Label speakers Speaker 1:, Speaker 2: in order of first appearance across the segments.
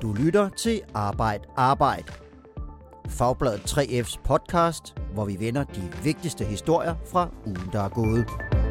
Speaker 1: Du lytter til Arbejd. Fagbladet 3F's podcast, hvor vi vender de vigtigste historier fra ugen, der er gået.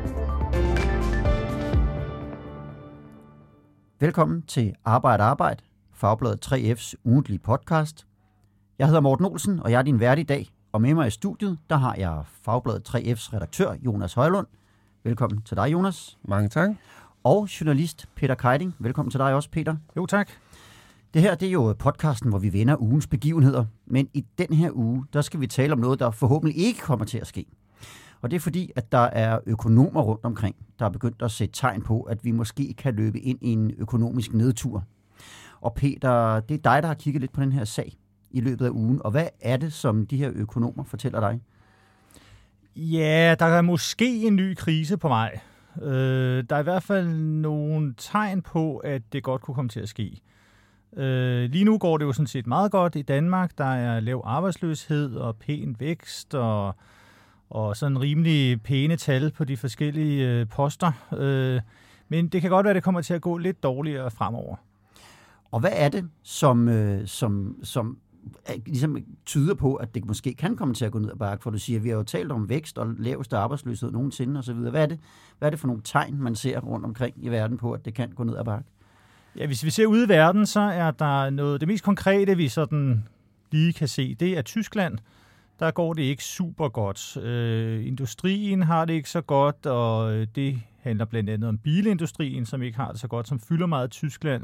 Speaker 1: Velkommen til Arbejd. Fagbladet 3F's ugentlige podcast. Jeg hedder Morten Olsen, og jeg er din vært i dag. Og med mig i studiet, der har jeg Fagbladet 3F's redaktør, Jonas Højlund. Velkommen til dig, Jonas.
Speaker 2: Mange tak.
Speaker 1: Og journalist Peter Keiding. Velkommen til dig også, Peter.
Speaker 3: Jo, tak.
Speaker 1: Det her, det er jo podcasten, hvor vi vender ugens begivenheder. Men i den her uge, der skal vi tale om noget, der forhåbentlig ikke kommer til at ske. Og det er fordi, at der er økonomer rundt omkring, der er begyndt at sætte tegn på, at vi måske kan løbe ind i en økonomisk nedtur. Og Peter, det er dig, der har kigget lidt på den her sag i løbet af ugen. Og hvad er det, som de her økonomer fortæller dig?
Speaker 3: Ja, der er måske en ny krise på vej. Der er i hvert fald nogle tegn på, at det godt kunne komme til at ske. Lige nu går det jo sådan set meget godt i Danmark. Der er lav arbejdsløshed og pæn vækst og sådan rimelig pæne tal på de forskellige poster. Men det kan godt være, at det kommer til at gå lidt dårligere fremover.
Speaker 1: Og hvad er det, som ligesom tyder på, at det måske kan komme til at gå ned ad bakke? For du siger, at vi har jo talt om vækst og laveste arbejdsløshed nogensinde osv. Hvad er det for nogle tegn, man ser rundt omkring i verden på, at det kan gå ned ad bakke? Ja,
Speaker 3: hvis vi ser ude i verden, så er der noget, det mest konkrete, vi sådan lige kan se, det er Tyskland. Der går det ikke super godt. Industrien har det ikke så godt, og det handler blandt andet om bilindustrien, som ikke har det så godt, som fylder meget i Tyskland.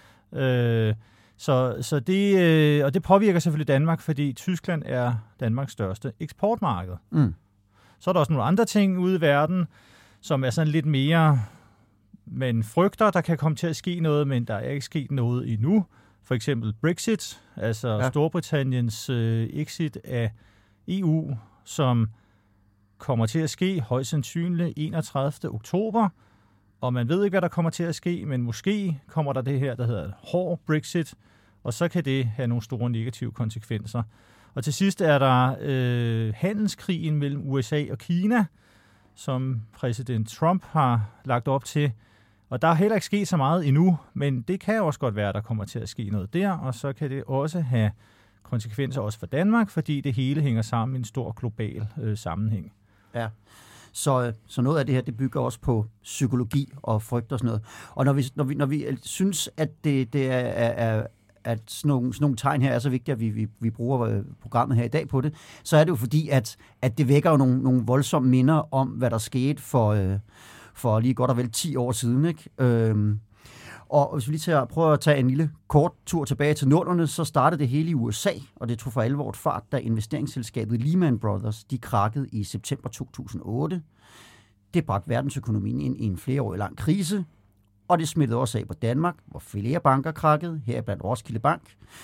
Speaker 3: Så det påvirker selvfølgelig Danmark, fordi Tyskland er Danmarks største eksportmarked. Mm. Så er der også nogle andre ting ude i verden, som er sådan lidt mere, man frygter, der kan komme til at ske noget, men der er ikke sket noget endnu. For eksempel Brexit, altså Storbritanniens exit af EU, som kommer til at ske højst sandsynligt 31. oktober. Og man ved ikke, hvad der kommer til at ske, men måske kommer der det her, der hedder hård Brexit, og så kan det have nogle store negative konsekvenser. Og til sidst er der handelskrigen mellem USA og Kina, som præsident Trump har lagt op til. Og der er heller ikke sket så meget endnu, men det kan også godt være, at der kommer til at ske noget der, og så kan det også have konsekvenser også for Danmark, fordi det hele hænger sammen i en stor global sammenhæng. Ja.
Speaker 1: Så noget af det her, det bygger også på psykologi og frygt og sådan noget. Og når vi synes, at det er at sådan nogle tegn her er så vigtige, at vi bruger programmet her i dag på det, så er det jo fordi, at det vækker jo nogle voldsomme minder om, hvad der skete for lige godt og vel 10 år siden, ikke? Og hvis vi lige prøver at tage en lille kort tur tilbage til nullerne, så startede det hele i USA, og det tog for alvor fart, da investeringsselskabet Lehman Brothers, de krakkede i september 2008. Det bragte verdensøkonomien ind i en flereårig lang krise, og det smittede også af på Danmark, hvor flere banker krakkede, heriblandt Roskilde Bank.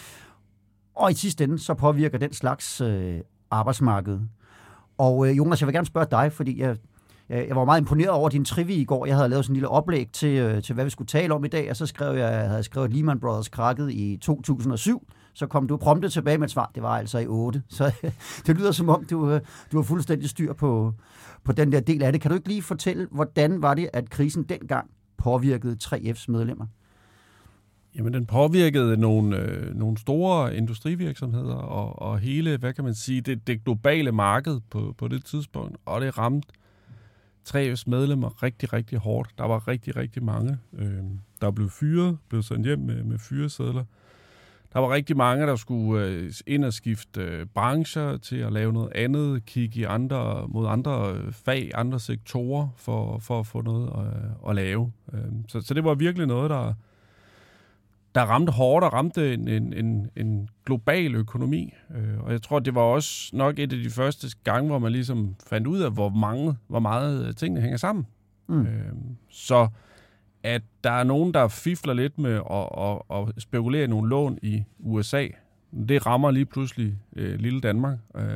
Speaker 1: Og i sidste ende, så påvirker den slags arbejdsmarkedet. Og Jonas, jeg vil gerne spørge dig, fordi jeg var meget imponeret over din trivia i går. Jeg havde lavet sådan en lille oplæg til hvad vi skulle tale om i dag, og så skrev jeg havde skrevet Lehman Brothers krakkede i 2007. Så kom du promptet tilbage med et svar. Det var altså i 8. Så det lyder som om, du har fuldstændig styr på den der del af det. Kan du ikke lige fortælle, hvordan var det, at krisen dengang påvirkede 3F's medlemmer?
Speaker 2: Jamen, den påvirkede nogle store industrivirksomheder og hele, hvad kan man sige, det globale marked på det tidspunkt, og det ramte 3F's medlemmer rigtig, rigtig hårdt. Der var rigtig, rigtig mange, der blev sendt hjem med fyresedler. Der var rigtig mange, der skulle ind og skifte brancher til at lave noget andet, kigge mod andre fag, andre sektorer for at få noget at lave. Så det var virkelig noget, der ramte hårdt og ramte en global økonomi. Og jeg tror, det var også nok et af de første gange, hvor man ligesom fandt ud af, hvor meget tingene hænger sammen. Mm. Så at der er nogen, der fifler lidt med at spekulere i nogle lån i USA, det rammer lige pludselig lille Danmark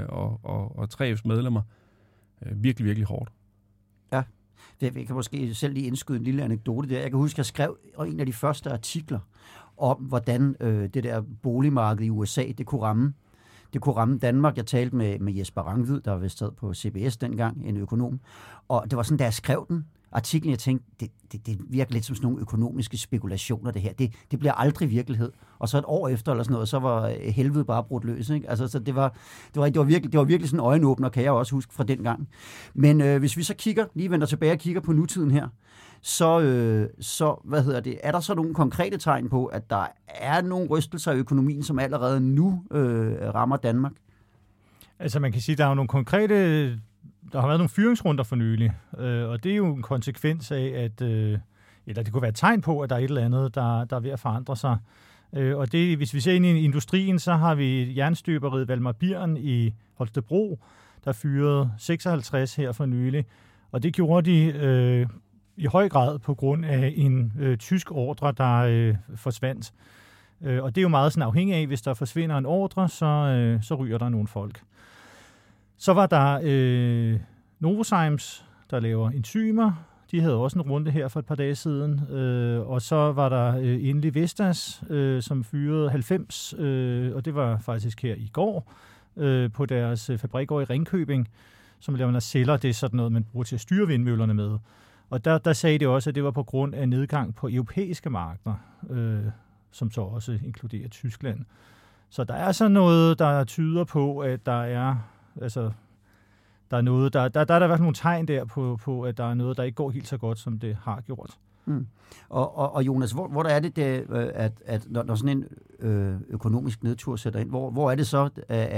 Speaker 2: og 3F's medlemmer virkelig, virkelig hårdt.
Speaker 1: Ja, vi kan måske selv lige indskyde en lille anekdote der. Jeg kan huske, at jeg skrev en af de første artikler om, hvordan det der boligmarked i USA, det kunne ramme Danmark. Jeg talte med Jesper Rangvid, der var vist på CBS dengang, en økonom. Og det var sådan, da jeg skrev den, artiklen, jeg tænkte, det virker lidt som sådan nogle økonomiske spekulationer, det her. Det bliver aldrig virkelighed. Og så et år efter eller sådan noget, så var helvede bare brudt løs. Ikke? Altså, så det var virkelig sådan en øjenåbner, kan jeg også huske fra den gang. Men hvis vi så vender tilbage og kigger på nutiden her, så er der så nogle konkrete tegn på, at der er nogle rystelser i økonomien, som allerede nu rammer Danmark?
Speaker 3: Altså man kan sige, der er jo nogle konkrete... Der har været nogle fyringsrunder for nylig, og det er jo en konsekvens af, at eller det kunne være et tegn på, at der er et eller andet, der er ved at forandre sig. Og det, hvis vi ser ind i industrien, så har vi jernstøberiet Valmar Birn i Holstebro, der fyrede 56 her for nylig. Og det gjorde de i høj grad på grund af en tysk ordre, der forsvandt. Og det er jo meget sådan afhængig af, hvis der forsvinder en ordre, så ryger der nogle folk. Så var der Novozymes, der laver enzymer. De havde også en runde her for et par dage siden. Og så var der endelig Vestas, som fyrede 90, og det var faktisk her i går, på deres fabrik over i Ringkøbing, som laver celler. Det er sådan noget, man bruger til at styre vindmøllerne med. Og der sagde de også, at det var på grund af nedgang på europæiske markeder, som så også inkluderer Tyskland. Så der er så noget, der tyder på, at der er... Altså, der er noget, der er der i hvert fald nogle tegn der på, at der er noget, der ikke går helt så godt, som det har gjort.
Speaker 1: Mm. Og Jonas, hvor der er det, at når sådan en økonomisk nedtur sætter ind, hvor er det så,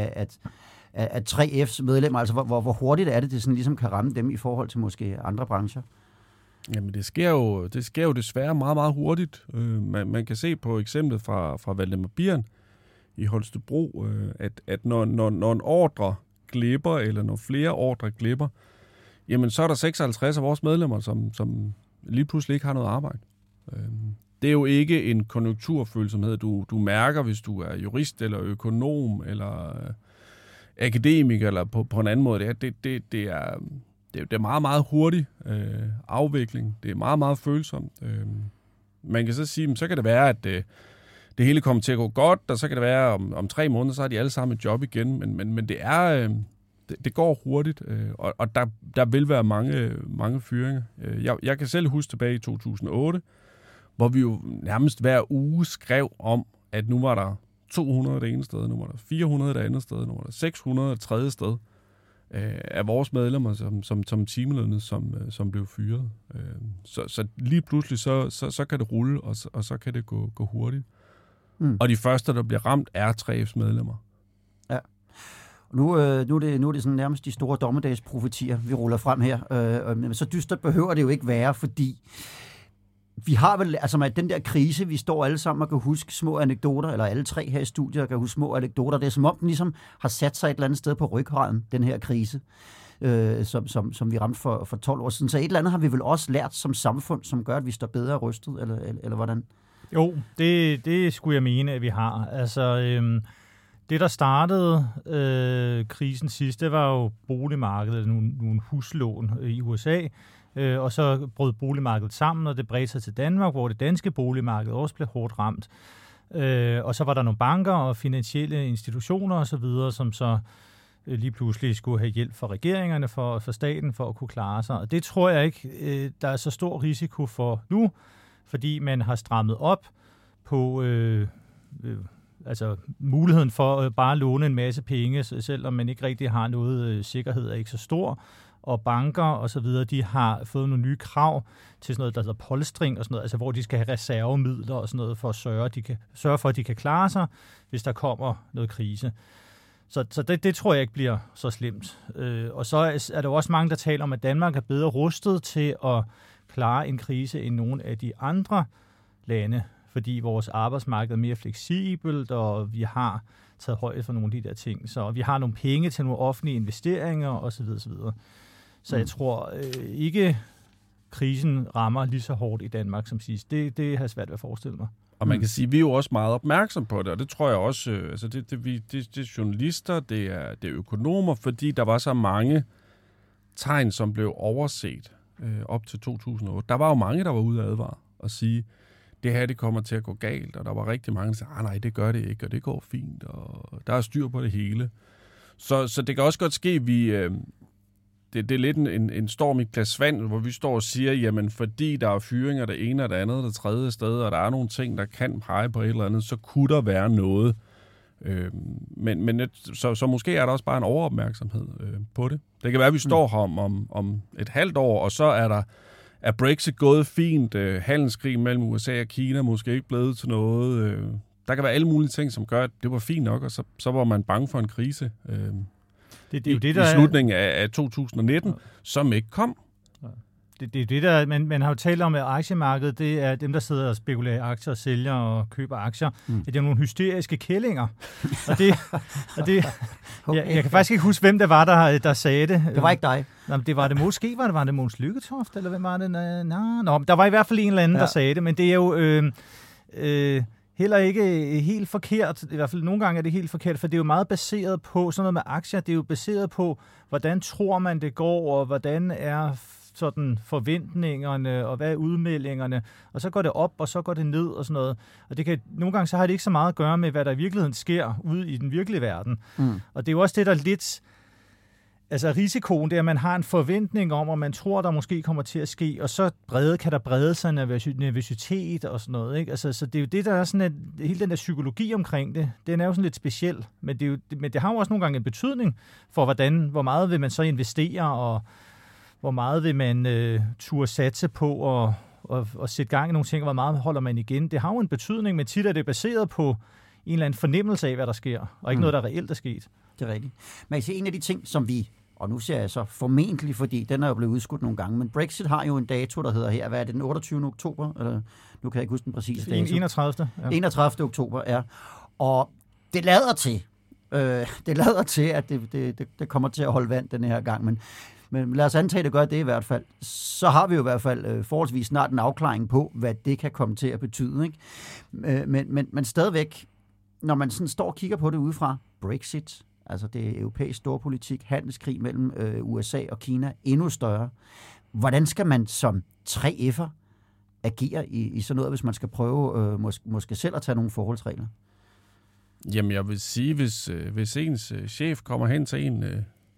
Speaker 1: at 3F's medlemmer, altså hvor hurtigt er det sådan ligesom kan ramme dem i forhold til måske andre brancher?
Speaker 2: Jamen det sker jo desværre meget, meget hurtigt. Man kan se på eksemplet fra Valmar Birn i Holstebro, at når en ordre glipper, eller når flere ordre glipper, jamen så er der 56 af vores medlemmer, som lige pludselig ikke har noget arbejde. Det er jo ikke en konjunkturfølsomhed, du mærker, hvis du er jurist, eller økonom, eller akademiker, eller på en anden måde. Det er meget, meget hurtig afvikling. Det er meget, meget følsomt. Man kan så sige, så kan det være, at det hele kommer til at gå godt, og så kan det være, om 3 måneder, så har de alle sammen et job igen. Men det er... Det går hurtigt, og der vil være mange fyringer. Jeg kan selv huske tilbage i 2008, hvor vi jo nærmest hver uge skrev om, at nu var der 200 det ene sted, nu var der 400 det andet sted, nu var der 600 det tredje sted af vores medlemmer som timelønnet, som blev fyret. Så lige pludselig, så kan det rulle, og så kan det gå hurtigt. Mm. Og de første, der bliver ramt, er 3F's medlemmer.
Speaker 1: Ja. Nu er det sådan nærmest de store dommedagsprofetier, vi ruller frem her. Men så dystert behøver det jo ikke være, fordi vi har vel, altså med den der krise, vi står alle sammen og kan huske små anekdoter, eller alle 3 her i studiet kan huske små anekdoter. Det er som om den ligesom har sat sig et eller andet sted på ryggraden, den her krise, som vi ramte for 12 år siden. Så et eller andet har vi vel også lært som samfund, som gør, at vi står bedre rustet, eller hvordan?
Speaker 3: Jo, det skulle jeg mene, at vi har. Altså... Det, der startede krisen sidst, det var jo boligmarkedet, nogle huslån i USA, og så brød boligmarkedet sammen, og det bredte sig til Danmark, hvor det danske boligmarked også blev hårdt ramt. Og så var der nogle banker og finansielle institutioner osv., som så lige pludselig skulle have hjælp fra regeringerne, for staten, for at kunne klare sig. Og det tror jeg ikke, der er så stor risiko for nu, fordi man har strammet op på... Altså muligheden for bare at låne en masse penge, selvom man ikke rigtig har noget sikkerhed, er ikke så stor. Og banker og så videre, de har fået nogle nye krav til sådan noget, der hedder polstring og sådan noget, altså hvor de skal have reservemidler og sådan noget for at sørge for, at de kan klare sig, hvis der kommer noget krise. Så det tror jeg ikke bliver så slemt. Og så er der også mange, der taler om, at Danmark er bedre rustet til at klare en krise end nogle af de andre lande, fordi vores arbejdsmarked er mere fleksibelt, og vi har taget højde for nogle af de der ting. Så vi har nogle penge til nogle offentlige investeringer osv. osv. Så jeg tror ikke, krisen rammer lige så hårdt i Danmark som sidst. Det har jeg svært ved at forestille mig.
Speaker 2: Og man kan sige, at vi er jo også meget opmærksom på det, og det tror jeg også, altså det er journalister, det er økonomer, fordi der var så mange tegn, som blev overset op til 2008. Der var jo mange, der var ude at advare og sige, det her, det kommer til at gå galt, og der var rigtig mange, der sagde, nej, det gør det ikke, og det går fint, og der er styr på det hele. Så det kan også godt ske, det er lidt en storm i et glas vand, hvor vi står og siger, jamen fordi der er fyringer det ene og det andet og det tredje sted, og der er nogle ting, der kan pege på et eller andet, så kunne der være noget. Så måske er der også bare en overopmærksomhed på det. Det kan være, at vi står her om et halvt år, og så er Brexit gået fint. Handelskrig mellem USA og Kina måske ikke blevet til noget. Der kan være alle mulige ting, som gør, at det var fint nok, og så var man bange for en krise
Speaker 3: det er jo det, der
Speaker 2: i slutningen af 2019, som ikke kom.
Speaker 3: Det er det, der man har jo talt om, at aktiemarkedet, det er dem, der sidder og spekulerer i aktier og sælger og køber aktier. Det er nogle hysteriske kællinger. Okay. Jeg kan faktisk ikke huske, hvem det var, der sagde det.
Speaker 1: Det var ikke dig.
Speaker 3: Nå, det var det måske, var det Mogens Lykketoft, eller hvem var det? Nå, der var i hvert fald en eller anden, der sagde det, men det er jo heller ikke helt forkert. I hvert fald nogle gange er det helt forkert, for det er jo meget baseret på, sådan noget med aktier, det er jo baseret på, hvordan tror man det går, og hvordan er sådan forventningerne, og hvad er udmeldingerne, og så går det op, og så går det ned, og sådan noget. Og det kan, nogle gange så har det ikke så meget at gøre med, hvad der i virkeligheden sker ude i den virkelige verden. Og det er jo også det, der lidt, altså risikoen, det er, at man har en forventning om, og man tror, der måske kommer til at ske, og så kan der brede sig nervøsitet og sådan noget, ikke? Altså, så det er jo det, der er sådan, at hele den der psykologi omkring det, den er jo sådan lidt speciel, men det har jo også nogle gange en betydning for, hvor meget vil man så investere, og hvor meget vil man turde satse på og sætte gang i nogle ting, og hvor meget holder man igen. Det har jo en betydning, men tit er det baseret på en eller anden fornemmelse af, hvad der sker, og ikke noget, der reelt er sket. Det
Speaker 1: er rigtigt. Men en af de ting, som vi, og nu siger jeg så formentlig, fordi den er jo blevet udskudt nogle gange, men Brexit har jo en dato, der hedder her, hvad er det, den 28. oktober? Eller, nu kan jeg ikke huske den præcise dato.
Speaker 3: 31. Ja.
Speaker 1: 31. oktober, ja. Og det lader til, at det kommer til at holde vand den her gang, men lad os antage, at det gør det i hvert fald. Så har vi jo i hvert fald forholdsvis snart en afklaring på, hvad det kan komme til at betyde. Ikke? Men stadigvæk, når man sådan står og kigger på det udefra, Brexit, altså det er europæisk storpolitik, handelskrig mellem USA og Kina, endnu større. Hvordan skal man som 3F'er agere i sådan noget, hvis man skal prøve måske selv at tage nogle forholdsregler?
Speaker 2: Jamen, jeg vil sige, hvis ens chef kommer hen til en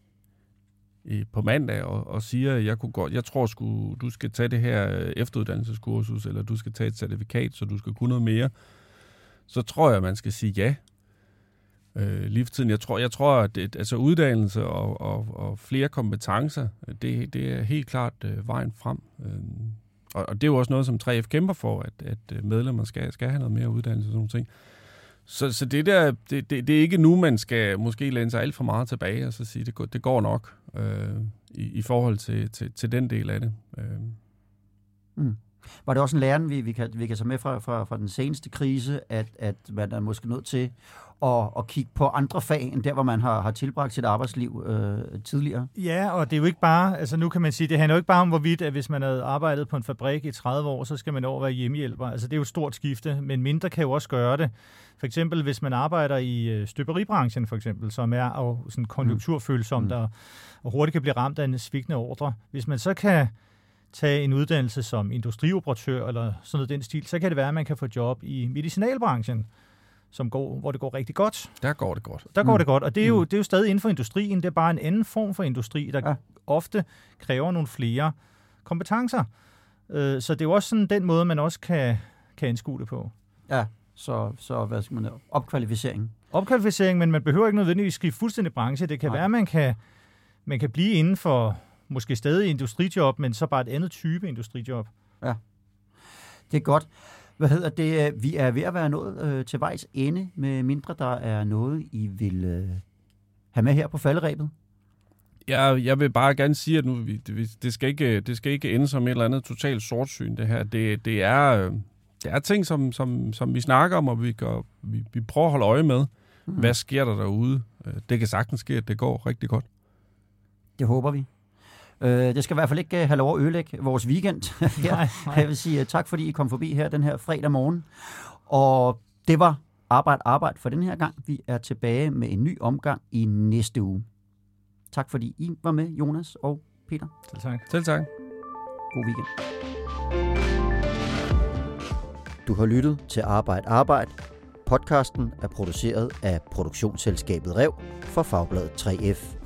Speaker 2: på mandag og siger, jeg tror sgu, du skal tage det her efteruddannelseskursus, eller du skal tage et certifikat, så du skal kunne noget mere, så tror jeg, man skal sige ja. Lige for tiden. Jeg tror at altså uddannelse og flere kompetencer, det er helt klart vejen frem. Og det er jo også noget, som 3F kæmper for, at medlemmer skal have noget mere uddannelse og sådan nogle ting. Så det der, det er ikke nu, man skal måske læne sig alt for meget tilbage og så sige, det går nok i forhold til den del af det.
Speaker 1: Var det også en læren, vi kan tage med fra den seneste krise, at man er måske nødt til at kigge på andre fag, end der, hvor man har tilbragt sit arbejdsliv tidligere? Ja,
Speaker 3: og det er jo ikke bare, altså nu kan man sige, det handler jo ikke bare om, hvorvidt, at hvis man havde arbejdet på en fabrik i 30 år, så skal man over være hjemmehjælper. Altså det er jo et stort skifte, men mindre kan jo også gøre det. For eksempel, hvis man arbejder i støberibranchen, for eksempel, som er jo sådan konjunkturfølsomt, og hurtigt kan blive ramt af en svigtende ordre. Hvis man så kan tage en uddannelse som industrioperatør eller sådan noget den stil, så kan det være, at man kan få job i medicinalbranchen, hvor det går rigtig godt.
Speaker 2: Der går det godt.
Speaker 3: Der går det godt, og det er jo stadig inden for industrien. Det er bare en anden form for industri, der ofte kræver nogle flere kompetencer. Så det er jo også sådan den måde, man også kan anskue det på.
Speaker 1: Ja, så hvad skal man lave? Opkvalificering.
Speaker 3: Opkvalificering, men man behøver ikke nødvendigvis skifte fuldstændig branche. Det kan være, at man kan blive inden for måske stadig industrijob, men så bare et andet type industrijob. Ja,
Speaker 1: det er godt. Hvad hedder det? Vi er ved at være nået til vejs ende, med mindre der er noget, I vil have med her på falderebet.
Speaker 2: Ja, jeg vil bare gerne sige, at nu, det skal ikke ende som et eller andet totalt sortsyn, det her. Det er ting, som vi snakker om, og vi prøver at holde øje med. Hvad sker der derude? Det kan sagtens ske, at det går rigtig godt.
Speaker 1: Det håber vi. Det skal i hvert fald ikke have lov at ødelægge vores weekend. Nej. Jeg vil sige tak, fordi I kom forbi her den her fredag morgen. Og det var arbejde for den her gang. Vi er tilbage med en ny omgang i næste uge. Tak fordi I var med, Jonas og Peter.
Speaker 2: Selv tak.
Speaker 1: God weekend. Du har lyttet til Arbejde. Podcasten er produceret af produktionsselskabet Rev for Fagbladet 3F.